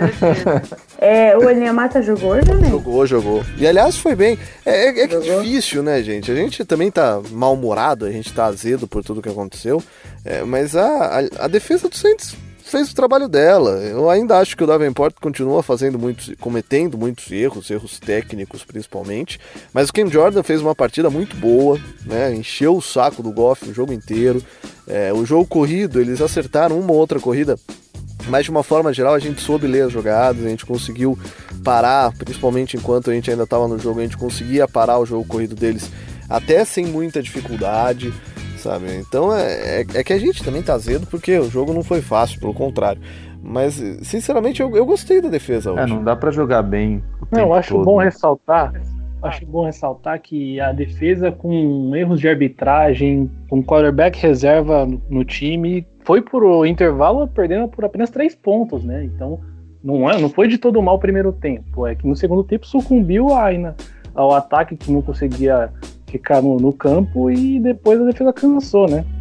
O Enyamata jogou hoje, né? Jogou. E aliás foi bem. É que é difícil, né, gente? A gente também tá mal-humorado, a gente tá azedo por tudo que aconteceu. Mas a defesa do Saints fez o trabalho dela. Eu ainda acho que o Davenport continua cometendo muitos erros técnicos principalmente, mas o Cam Jordan fez uma partida muito boa, né? Encheu o saco do Goff o jogo inteiro. O jogo corrido, eles acertaram uma ou outra corrida, mas de uma forma geral a gente soube ler as jogadas, a gente conseguiu parar, principalmente enquanto a gente ainda estava no jogo, a gente conseguia parar o jogo corrido deles até sem muita dificuldade, sabe? Então é que a gente também tá azedo porque o jogo não foi fácil, pelo contrário. Mas, sinceramente, eu gostei da defesa hoje. Não dá pra jogar bem o tempo Eu acho todo. bom ressaltar que a defesa, com erros de arbitragem, com quarterback reserva no time, foi pro intervalo perdendo por apenas 3 pontos, né? Então não foi de todo mal o primeiro tempo. É que no segundo tempo sucumbiu ao ataque, que não conseguia ficar no campo, e depois a defesa cansou, né?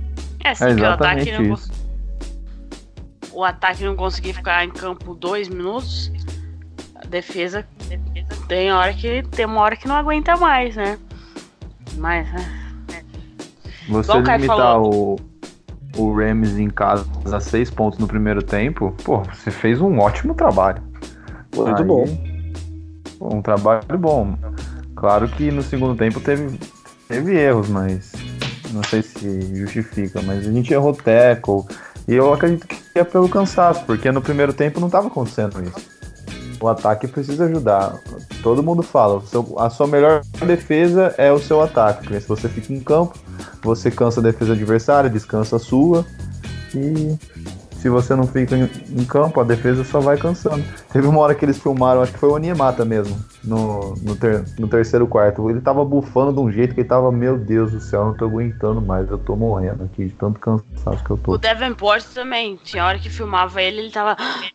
O ataque não conseguia ficar em campo 2 minutos. A defesa tem uma hora que não aguenta mais, né? Mas você limitar o Rams em casa a 6 pontos no primeiro tempo, você fez um ótimo trabalho. Muito bom. Um trabalho bom. Claro que no segundo tempo teve erros, mas não sei se justifica, mas a gente errou tackle, e eu acredito que é pelo cansaço, porque no primeiro tempo não estava acontecendo isso. O ataque precisa ajudar. Todo mundo fala, a sua melhor defesa é o seu ataque, porque se você fica em campo, você cansa a defesa adversária, descansa a sua, e se você não fica em campo, a defesa só vai cansando. Teve uma hora que eles filmaram, acho que foi o Onyemata mesmo, no terceiro quarto. Ele tava bufando de um jeito que ele tava, meu Deus do céu, eu não tô aguentando mais, eu tô morrendo aqui de tanto cansaço que eu tô. O Davenport também, tinha hora que filmava ele tava...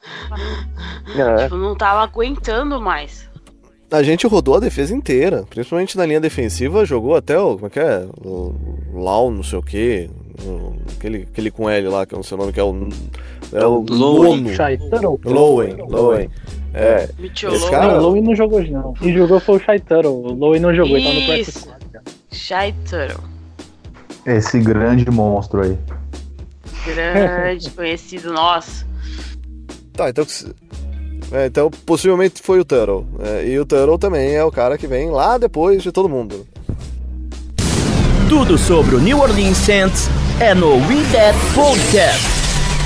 não tava aguentando mais. A gente rodou a defesa inteira, principalmente na linha defensiva, jogou até o Lau, não sei o que, aquele com L lá, que eu não sei o nome, que é o Lowen. Lowen. Esse cara... Não, o Lowen não jogou hoje, não. Quem jogou foi o Shai Tuttle. O Lowen não jogou, ele tá no practice squad. Shai Tuttle. Esse grande monstro aí. Grande, conhecido nosso. Tá, então possivelmente foi o Tuttle. E o Tuttle também é o cara que vem lá depois de todo mundo. Tudo sobre o New Orleans Saints é no We That Podcast.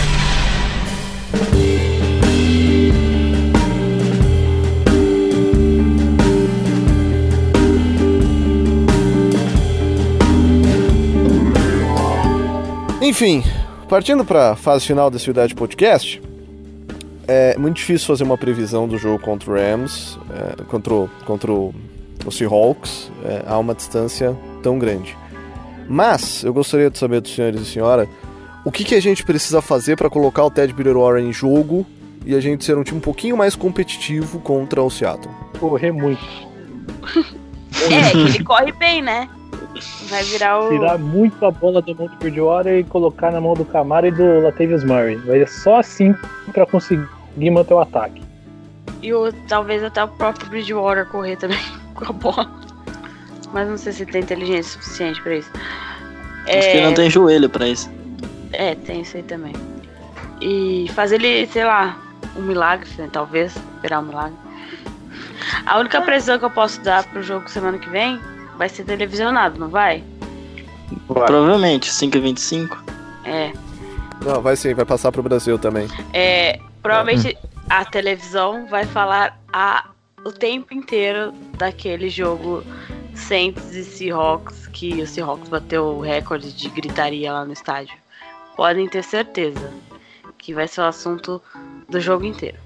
Enfim, partindo para a fase final desse We That Podcast, é muito difícil fazer uma previsão do jogo contra o Rams, contra o Seahawks, a uma distância tão grande. Mas eu gostaria de saber dos senhores e senhora o que a gente precisa fazer para colocar o Ted Bridgewater em jogo e a gente ser um time um pouquinho mais competitivo contra o Seattle. Correr muito. Que ele corre bem, né? Vai tirar muito a bola da mão do Bridgewater e colocar na mão do Camara e do Latavius Murray. Vai ser só assim para conseguir manter o ataque. E talvez até o próprio Bridgewater correr também com a bola. Mas não sei se tem inteligência suficiente pra isso. Acho que não tem joelho pra isso. Tem isso aí também. E fazer ele, sei lá, um milagre, né? Talvez, esperar um milagre. A única pressão que eu posso dar pro jogo semana que vem vai ser televisionado, não vai? Provavelmente, 5h25. Não, vai sim, vai passar pro Brasil também. Provavelmente a televisão vai falar o tempo inteiro daquele jogo Saints e Seahawks, que o Seahawks bateu o recorde de gritaria lá no estádio. Podem ter certeza que vai ser o assunto do jogo inteiro.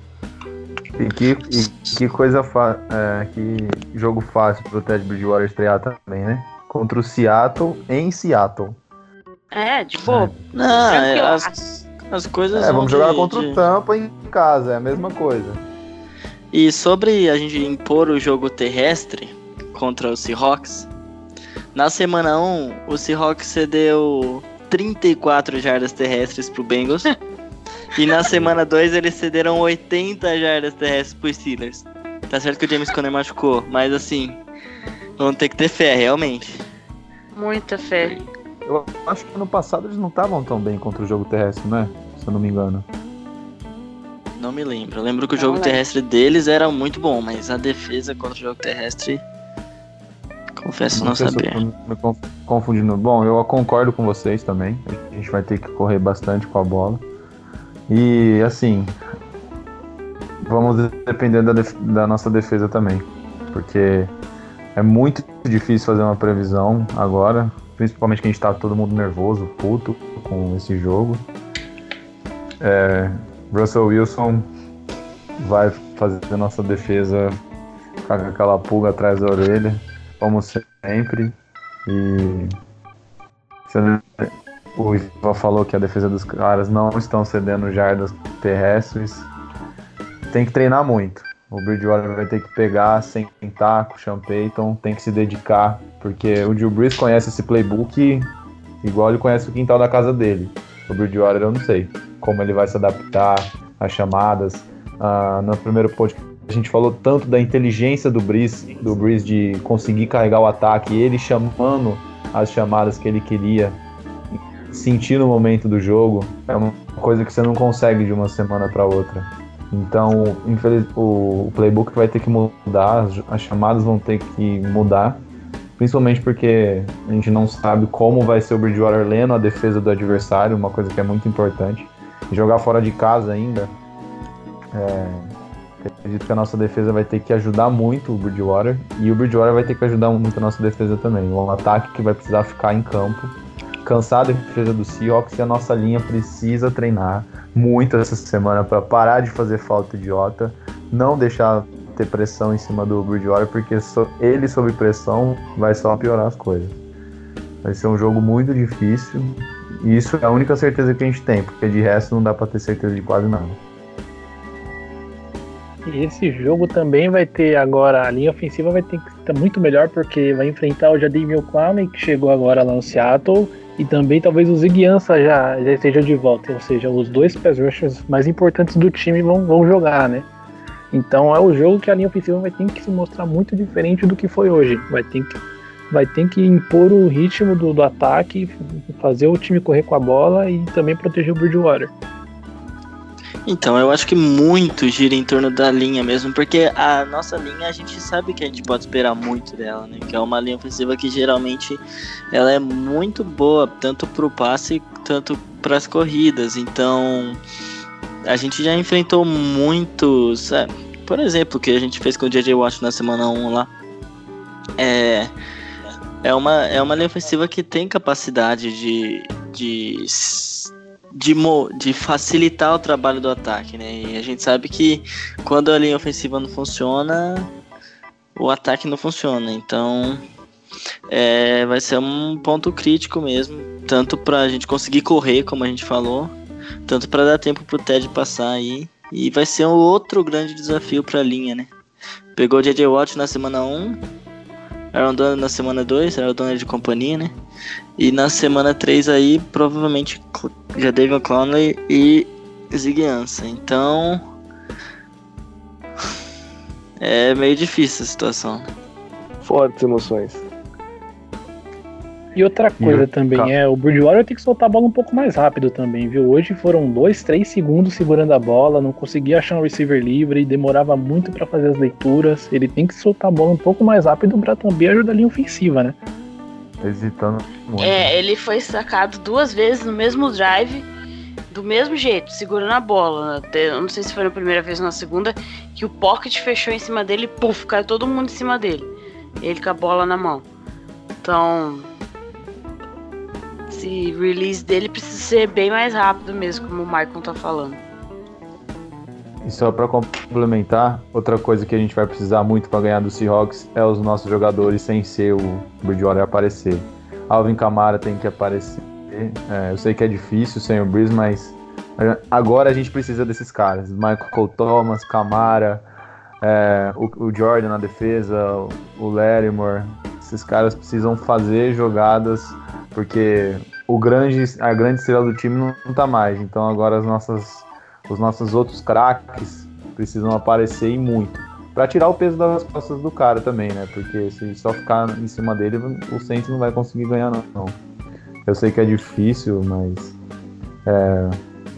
E que coisa que jogo fácil pro Ted Bridgewater estrear também, né? Contra o Seattle, em Seattle. De boa. Não, as coisas vamos jogar contra o Tampa em casa, é a mesma coisa. E sobre a gente impor o jogo terrestre contra o Seahawks, na semana 1, o Seahawks cedeu 34 jardas terrestres pro Bengals. E na semana 2 eles cederam 80 jardas terrestres pro Steelers. Tá certo que o James Conner machucou, mas assim, vamos ter que ter fé, realmente. Muita fé. Eu acho que ano passado eles não estavam tão bem contra o jogo terrestre, né? Se eu não me engano. Não me lembro. Eu lembro que o jogo terrestre deles era muito bom, mas a defesa contra o jogo terrestre, confesso não saber. Me confundindo. Bom, eu concordo com vocês também. A gente vai ter que correr bastante com a bola. E, assim, vamos depender da nossa defesa também. Porque é muito difícil fazer uma previsão agora. Principalmente que a gente tá todo mundo nervoso, puto com esse jogo. Russell Wilson vai fazer a nossa defesa ficar com aquela pulga atrás da orelha, como sempre. E o Ivan falou que a defesa dos caras não estão cedendo jardas terrestres. Tem que treinar muito. O Bridgewater vai ter que pegar, sentar com o Sean Payton, tem que se dedicar, porque o Drew Brees conhece esse playbook igual ele conhece o quintal da casa dele. O Bridgewater eu não sei como ele vai se adaptar às chamadas. No primeiro podcast a gente falou tanto da inteligência do Brees de conseguir carregar o ataque, ele chamando as chamadas que ele queria, sentir no momento do jogo, é uma coisa que você não consegue de uma semana para outra. Então, o playbook vai ter que mudar, as chamadas vão ter que mudar, principalmente porque a gente não sabe como vai ser o Bridgewater lendo a defesa do adversário, uma coisa que é muito importante. Jogar fora de casa ainda, acredito que a nossa defesa vai ter que ajudar muito o Bridgewater, e o Bridgewater vai ter que ajudar muito a nossa defesa também. Um ataque que vai precisar ficar em campo, cansar da defesa do Seahawks, e a nossa linha precisa treinar muito essa semana para parar de fazer falta idiota, não deixar ter pressão em cima do Bridgewater, porque ele sob pressão vai só piorar as coisas. Vai ser um jogo muito difícil, e isso é a única certeza que a gente tem, porque de resto não dá para ter certeza de quase nada. E esse jogo também vai ter agora, a linha ofensiva vai ter que estar muito melhor, porque vai enfrentar o Jadeveon Clowney, que chegou agora lá no Seattle, e também talvez o Ziggy Ansah já esteja de volta, ou seja, os dois pass rushers mais importantes do time vão jogar, né? Então é o jogo que a linha ofensiva vai ter que se mostrar muito diferente do que foi hoje. Vai ter que impor o ritmo do ataque, fazer o time correr com a bola e também proteger o Bridgewater. Então, eu acho que muito gira em torno da linha mesmo, porque a nossa linha, a gente sabe que a gente pode esperar muito dela, né? Que é uma linha ofensiva que geralmente ela é muito boa, tanto pro passe, tanto pras corridas. Então, a gente já enfrentou muitos... por exemplo, o que a gente fez com o J.J. Watt na semana 1 lá. É uma linha ofensiva que tem capacidade de facilitar o trabalho do ataque, né? E a gente sabe que quando a linha ofensiva não funciona, o ataque não funciona. Então, vai ser um ponto crítico mesmo, tanto pra gente conseguir correr, como a gente falou, tanto pra dar tempo pro Ted passar aí. E vai ser um outro grande desafio pra linha, né? Pegou o J.J. Watt na semana 1, Aaron Donald na semana 2, Aaron Donald de companhia, né? E na semana 3 aí, provavelmente Jadeveon Clowney e Ziggy Ansah. Então, é meio difícil a situação, né? Fortes emoções. E outra coisa também o Bridgewater tem que soltar a bola um pouco mais rápido também, viu? Hoje foram 2-3 segundos segurando a bola, não conseguia achar um receiver livre, demorava muito para fazer as leituras. Ele tem que soltar a bola um pouco mais rápido para também ajudar a linha ofensiva, né? Hesitando muito. Ele foi sacado 2 vezes no mesmo drive, do mesmo jeito, segurando a bola. Eu não sei se foi na primeira vez ou na segunda, que o pocket fechou em cima dele e puf, caiu todo mundo em cima dele. Ele com a bola na mão. Então, esse release dele precisa ser bem mais rápido mesmo, como o Michael tá falando. E só para complementar, outra coisa que a gente vai precisar muito para ganhar do Seahawks é os nossos jogadores sem ser o Bridgewater aparecer. Alvin Kamara tem que aparecer. Eu sei que é difícil sem o Brees, mas agora a gente precisa desses caras. Michael Thomas, Kamara, o Jordan na defesa, o Lattimore. Esses caras precisam fazer jogadas, porque a grande estrela do time não tá mais. Então agora os nossos outros craques precisam aparecer e muito, para tirar o peso das costas do cara também, né? Porque se só ficar em cima dele, o Saints não vai conseguir ganhar, não. Eu sei que é difícil, mas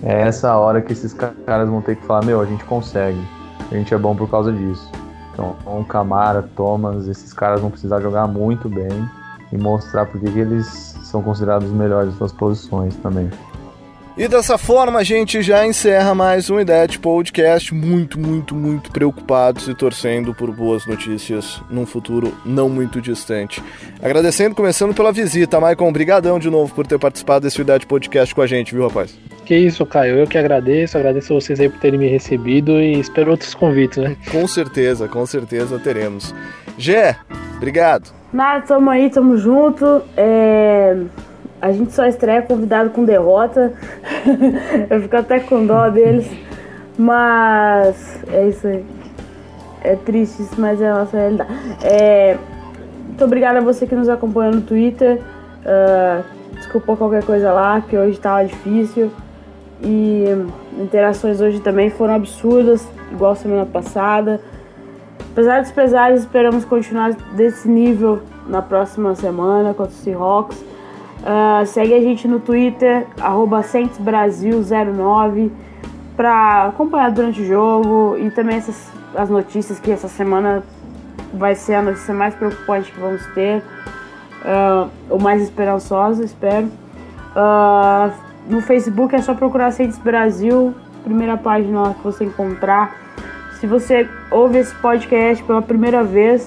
É essa hora que esses caras vão ter que falar, a gente consegue, a gente é bom por causa disso. Então, Camara, Thomas, esses caras vão precisar jogar muito bem e mostrar por que eles são considerados os melhores das suas posições também. E dessa forma a gente já encerra mais um IDET Podcast, muito, muito, muito preocupados e torcendo por boas notícias num futuro não muito distante. Agradecendo, começando pela visita. Maicon, brigadão de novo por ter participado desse IDET Podcast com a gente, viu, rapaz? Que isso, Caio, eu que agradeço vocês aí por terem me recebido e espero outros convites, né? Com certeza teremos. Gé, obrigado. Nada, tamo aí, tamo junto. A gente só estreia convidado com derrota. Eu fico até com dó deles. Mas é isso aí. É triste isso, mas é a nossa realidade. Muito obrigada a você que nos acompanha no Twitter. Desculpa qualquer coisa lá, que hoje tava difícil. E interações hoje também foram absurdas, igual semana passada. Apesar dos pesares, esperamos continuar desse nível na próxima semana contra o Seahawks. Segue a gente no Twitter, @SaintsBrasil09, para acompanhar durante o jogo e também as notícias, que essa semana vai ser a notícia mais preocupante que vamos ter, ou mais esperançosa, espero. No Facebook é só procurar Saints Brasil, primeira página lá que você encontrar. Se você ouve esse podcast pela primeira vez,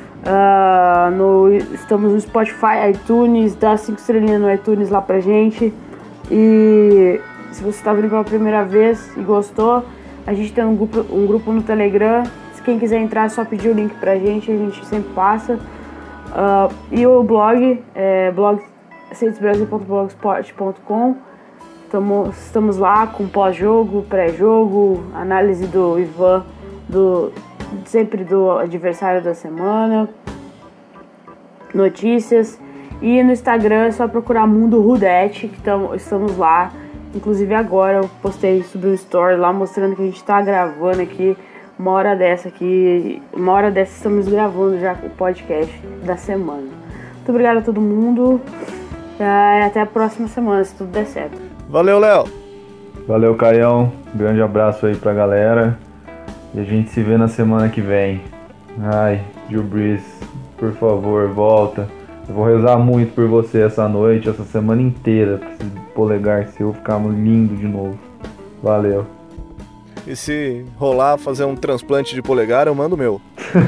estamos no Spotify, iTunes, dá 5 estrelinhas no iTunes lá pra gente. E se você tá vindo pela primeira vez e gostou, a gente tem um grupo no Telegram. Se quem quiser entrar é só pedir o link pra gente, a gente sempre passa. E o blog, blog saintsbrasil.blogspot.com. Estamos lá com pós-jogo, pré-jogo, análise do Ivan, sempre do adversário da semana, notícias. E no Instagram é só procurar Mundo Rudete, que estamos lá. Inclusive agora eu postei sobre um story lá mostrando que a gente está gravando aqui uma hora dessa estamos gravando já o podcast da semana. Muito obrigada a todo mundo e até a próxima semana, se tudo der certo. Valeu, Léo! Valeu, Caião. Grande abraço aí pra galera. E a gente se vê na semana que vem. Ai, Drew Brees, por favor, volta. Eu vou rezar muito por você essa noite, essa semana inteira, pra esse polegar seu ficar lindo de novo. Valeu. E se rolar fazer um transplante de polegar, eu mando o meu.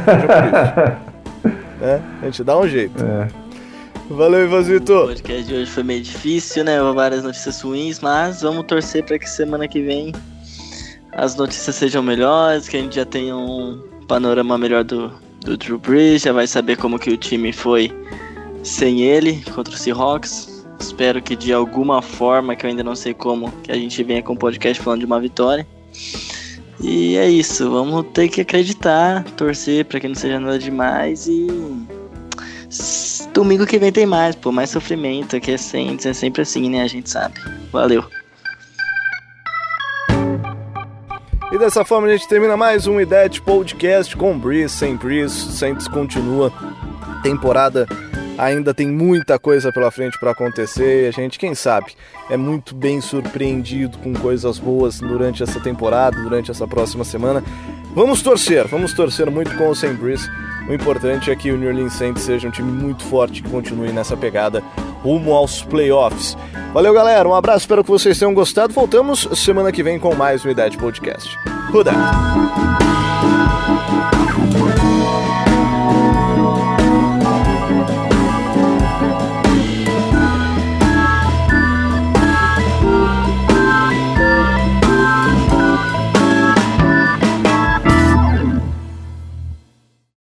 A gente dá um jeito. Valeu, Ivanzito. O podcast de hoje foi meio difícil, né? Várias notícias ruins, mas vamos torcer para que semana que vem as notícias sejam melhores, que a gente já tenha um panorama melhor do Drew Brees, já vai saber como que o time foi sem ele contra o Seahawks. Espero que de alguma forma, que eu ainda não sei como, que a gente venha com o podcast falando de uma vitória. E é isso, vamos ter que acreditar, torcer para que não seja nada demais e domingo que vem tem mais, mais sofrimento, aqui é sempre assim, né, a gente sabe. Valeu. E dessa forma a gente termina mais um IDET Podcast com Brees, sem Brees. Saints continua, temporada ainda tem muita coisa pela frente para acontecer e a gente, quem sabe, é muito bem surpreendido com coisas boas durante essa temporada, durante essa próxima semana. Vamos torcer muito com o Saint Brees. O importante é que o New Orleans Saints seja um time muito forte, que continue nessa pegada rumo aos playoffs. Valeu, galera, um abraço, espero que vocês tenham gostado. Voltamos semana que vem com mais um IDET Podcast. Who dat?